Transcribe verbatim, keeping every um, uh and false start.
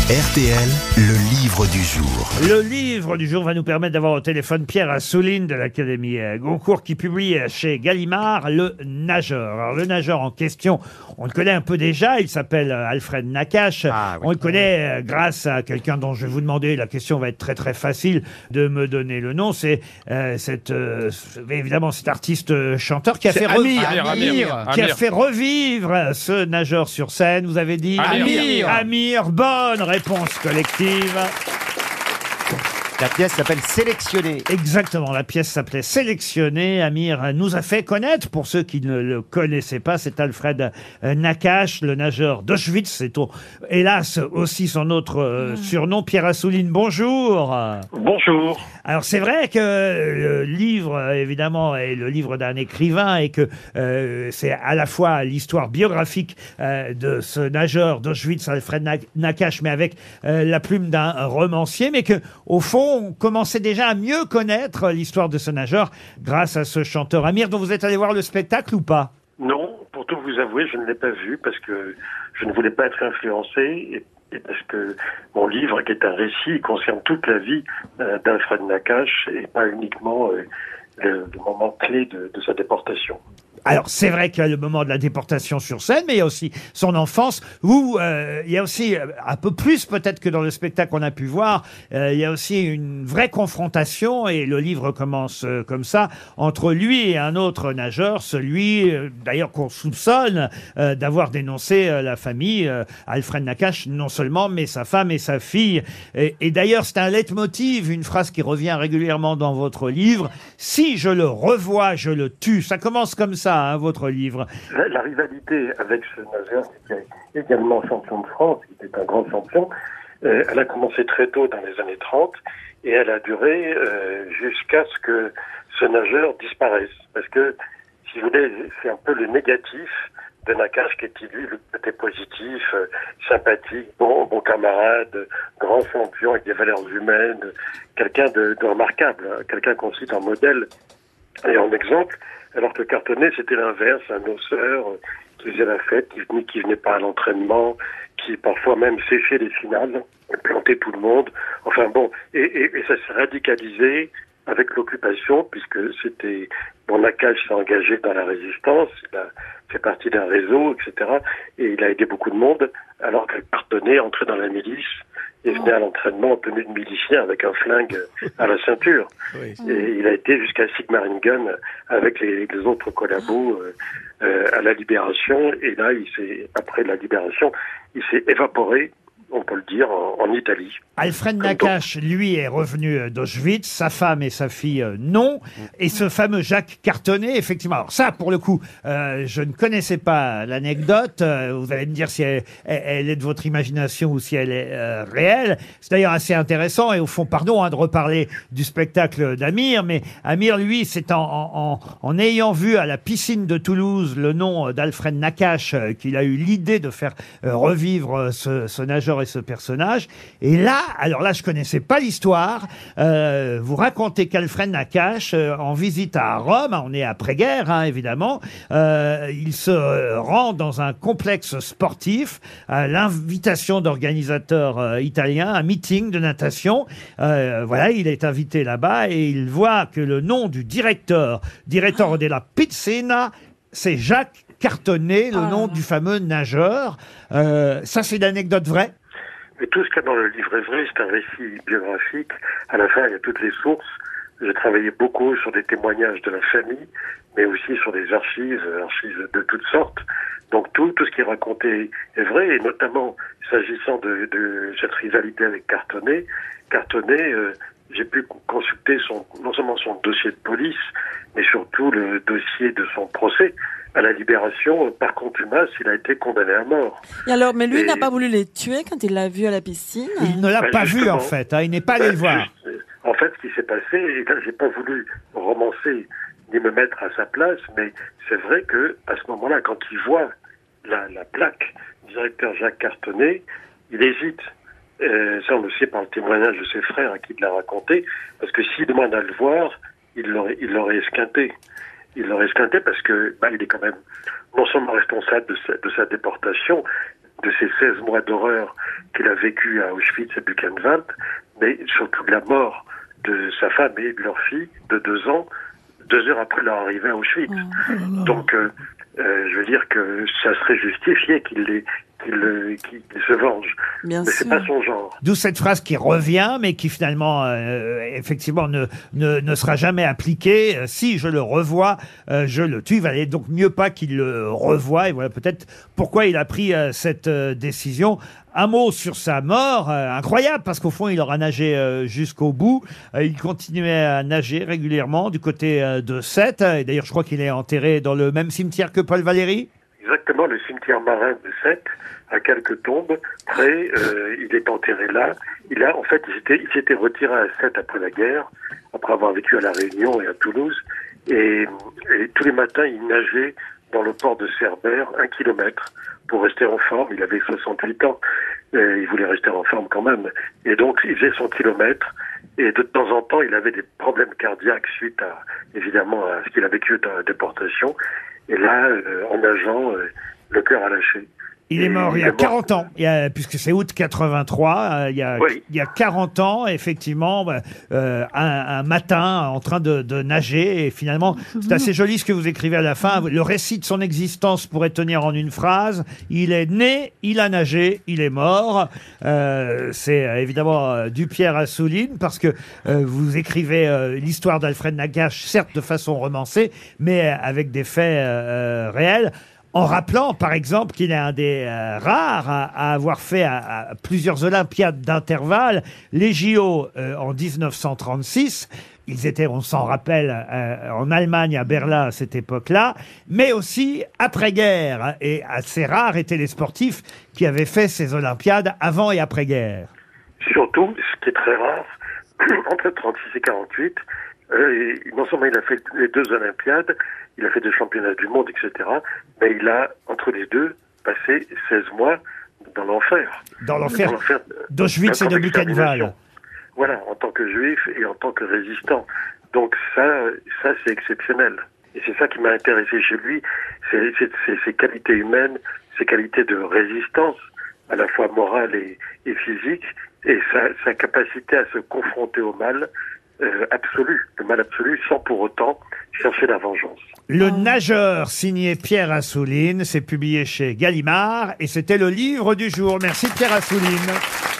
R T L, le livre du jour. Le livre du jour va nous permettre d'avoir au téléphone Pierre Assouline de l'Académie Goncourt qui publie chez Gallimard Le Nageur. Alors le nageur en question, on le connaît un peu déjà, il s'appelle Alfred Nakache. Ah, oui. On le connaît grâce à quelqu'un dont je vais vous demander, la question va être très très facile de me donner le nom. C'est euh, cette, euh, évidemment cet artiste chanteur qui a, fait, Amir, rev... Amir, Amir, qui Amir. a fait revivre ce nageur sur scène. Vous avez dit Amir. Amir, bonne réponse collective. La pièce s'appelle Sélectionné. Exactement, la pièce s'appelait Sélectionné. Amir nous a fait connaître, pour ceux qui ne le connaissaient pas, c'est Alfred Nakache, le nageur d'Auschwitz. C'est au, hélas aussi son autre euh, surnom. Pierre Assouline, bonjour. Bonjour. Alors c'est vrai que le livre, évidemment, est le livre d'un écrivain et que euh, c'est à la fois l'histoire biographique euh, de ce nageur d'Auschwitz, Alfred Nakache, mais avec euh, la plume d'un romancier, mais que au fond, on commençait déjà à mieux connaître l'histoire de ce nageur grâce à ce chanteur. Amir, dont vous êtes allé voir le spectacle ou pas? Non, pour tout vous avouer, je ne l'ai pas vu parce que je ne voulais pas être influencé et, et parce que mon livre, qui est un récit, concerne toute la vie euh, d'Alfred Nakache et pas uniquement euh, le, le moment clé de, de sa déportation. Alors, c'est vrai qu'il y a le moment de la déportation sur scène, mais il y a aussi son enfance, où euh, il y a aussi, un peu plus peut-être que dans le spectacle qu'on a pu voir, euh, il y a aussi une vraie confrontation, et le livre commence euh, comme ça, entre lui et un autre nageur, celui euh, d'ailleurs qu'on soupçonne euh, d'avoir dénoncé euh, la famille, euh, Alfred Nakache, non seulement, mais sa femme et sa fille. Et, et d'ailleurs, c'est un leitmotiv, une phrase qui revient régulièrement dans votre livre, « Si je le revois, je le tue ». Ça commence comme ça. Hein, votre livre. La, la rivalité avec ce nageur qui est également champion de France, qui était un grand champion, euh, elle a commencé très tôt dans les années trente et elle a duré euh, jusqu'à ce que ce nageur disparaisse. Parce que, si vous voulez, c'est un peu le négatif de Nakache qui est lui le côté positif, euh, sympathique, bon, bon camarade, grand champion avec des valeurs humaines, quelqu'un de, de remarquable, hein, quelqu'un qu'on cite en modèle et en exemple. Alors que Cartonnet, c'était l'inverse, un noceur euh, qui faisait la fête, qui venait, qui venait pas à l'entraînement, qui parfois même séchait les finales, plantait tout le monde. Enfin bon, et, et, et ça s'est radicalisé avec l'occupation, puisque c'était... Bon, Nakache s'est engagé dans la résistance, il a fait partie d'un réseau, et cetera. Et il a aidé beaucoup de monde, alors que Cartonnet entrait dans la milice et venait à l'entraînement en tenue de milicien avec un flingue à la ceinture. Oui. Et il a été jusqu'à Sigmaringen avec les, les autres collabos euh, euh, à la Libération. Et là, il s'est, après la Libération, il s'est évaporé, on peut le dire, en, en Italie. Alfred Nakache, lui, est revenu d'Auschwitz, sa femme et sa fille, non. Et ce fameux Jacques Cartonnet, effectivement. Alors ça, pour le coup, euh, je ne connaissais pas l'anecdote. Euh, vous allez me dire si elle, elle est de votre imagination ou si elle est euh, réelle. C'est d'ailleurs assez intéressant. Et au fond, pardon hein, de reparler du spectacle d'Amir, mais Amir, lui, c'est en, en, en ayant vu à la piscine de Toulouse le nom d'Alfred Nakache euh, qu'il a eu l'idée de faire euh, revivre ce, ce nageur et ce personnage. Et là, alors là, je connaissais pas l'histoire. Euh, vous racontez qu'Alfred Nakache, euh, en visite à Rome, on est après-guerre, hein, évidemment, euh, il se rend dans un complexe sportif à l'invitation d'organisateurs euh, italiens, un meeting de natation. Euh, voilà, il est invité là-bas et il voit que le nom du directeur, directeur de la piscina, c'est Jacques Cartonnet, le ah. nom du fameux nageur. Euh, ça, c'est une anecdote vraie? Mais tout ce qu'il y a dans le livre est vrai, c'est un récit biographique. À la fin, il y a toutes les sources. J'ai travaillé beaucoup sur des témoignages de la famille, mais aussi sur des archives, archives de toutes sortes. Donc tout, tout ce qui est raconté est vrai, et notamment s'agissant de, de cette rivalité avec Cartonnet. Cartonnet, euh, j'ai pu consulter son, non seulement son dossier de police, mais surtout le dossier de son procès. À la Libération, par contumace, il a été condamné à mort. Et alors, mais lui, et... il n'a pas voulu les tuer quand il l'a vu à la piscine? Il ne l'a bah, pas vu, en fait. Hein, il n'est pas allé bah, le voir. Juste, en fait, ce qui s'est passé, et là, j'ai pas voulu romancer ni me mettre à sa place, mais c'est vrai que à ce moment-là, quand il voit la, la plaque directeur Jacques Cartonnet, il hésite. Euh, ça, on le sait par le témoignage de ses frères à qui il l'a raconté, parce que s'il demande à le voir, il l'aurait, il l'aurait esquinté. Il l'aurait esquinté parce que bah, il est quand même non seulement responsable de sa, de sa déportation, de ces seize mois d'horreur qu'il a vécu à Auschwitz et Buchenwald, mais surtout de la mort de sa femme et de leur fille de deux ans, deux heures après leur arrivée à Auschwitz. Oh. Donc, euh, euh, je veux dire que ça serait justifié qu'il les, qu'il, euh, qu'il se venge. Bien mais c'est sûr. pas son genre. D'où cette phrase qui revient, mais qui finalement, euh, effectivement, ne, ne, ne sera jamais appliquée. Euh, Si je le revois, euh, je le tue. Il valait donc mieux pas qu'il le revoie. Et voilà peut-être pourquoi il a pris euh, cette euh, décision. Un mot sur sa mort, euh, incroyable, parce qu'au fond, il aura nagé euh, jusqu'au bout. Euh, il continuait à nager régulièrement du côté euh, de Sète. Et d'ailleurs, je crois qu'il est enterré dans le même cimetière que Paul Valéry. Exactement, le cimetière marin de Sète, à quelques tombes près, euh, il est enterré là. Il a, en fait, il s'était, il s'était retiré à Sète après la guerre, après avoir vécu à La Réunion et à Toulouse. Et, et tous les matins, il nageait dans le port de Cerbère, un kilomètre, pour rester en forme. Il avait soixante-huit ans, et il voulait rester en forme quand même. Et donc, il faisait son kilomètre. Et de temps en temps, il avait des problèmes cardiaques suite à, évidemment, à ce qu'il a vécu dans la déportation. Et là, euh, en nageant, euh, le cœur a lâché. Il est Et mort il y a est mort. quarante ans, il y a, puisque c'est août quatre-vingt-trois, euh, il, y a, Oui. il y a quarante ans, effectivement, bah, euh, un, un matin en train de, de nager, et finalement, c'est assez joli ce que vous écrivez à la fin, le récit de son existence pourrait tenir en une phrase, il est né, il a nagé, il est mort. Euh, c'est euh, évidemment euh, du Pierre Assouline, parce que euh, vous écrivez euh, l'histoire d'Alfred Nagache, certes de façon romancée, mais euh, avec des faits euh, euh, réels. En rappelant, par exemple, qu'il est un des euh, rares à, à avoir fait à, à plusieurs Olympiades d'intervalle, les J O euh, en dix-neuf cent trente-six. Ils étaient, on s'en rappelle, euh, en Allemagne, à Berlin à cette époque-là, mais aussi après-guerre. Et assez rares étaient les sportifs qui avaient fait ces Olympiades avant et après-guerre. Surtout, ce qui est très rare, entre trente-six et quarante-huit, euh, non seulement il a fait les deux Olympiades, il a fait des championnats du monde, et cetera, mais il a, entre les deux, passé seize mois dans l'enfer. Dans l'enfer Dans l'enfer d'Auschwitz et de Buchenwald. Voilà, en tant que juif et en tant que résistant. Donc ça, ça c'est exceptionnel. Et c'est ça qui m'a intéressé chez lui, c'est, c'est, c'est ses qualités humaines, ses qualités de résistance, à la fois morale et, et physique, et sa, sa capacité à se confronter au mal euh, absolu, le mal absolu, sans pour autant chercher la vengeance. Le nageur, signé Pierre Assouline, c'est publié chez Gallimard, et c'était le livre du jour. Merci Pierre Assouline.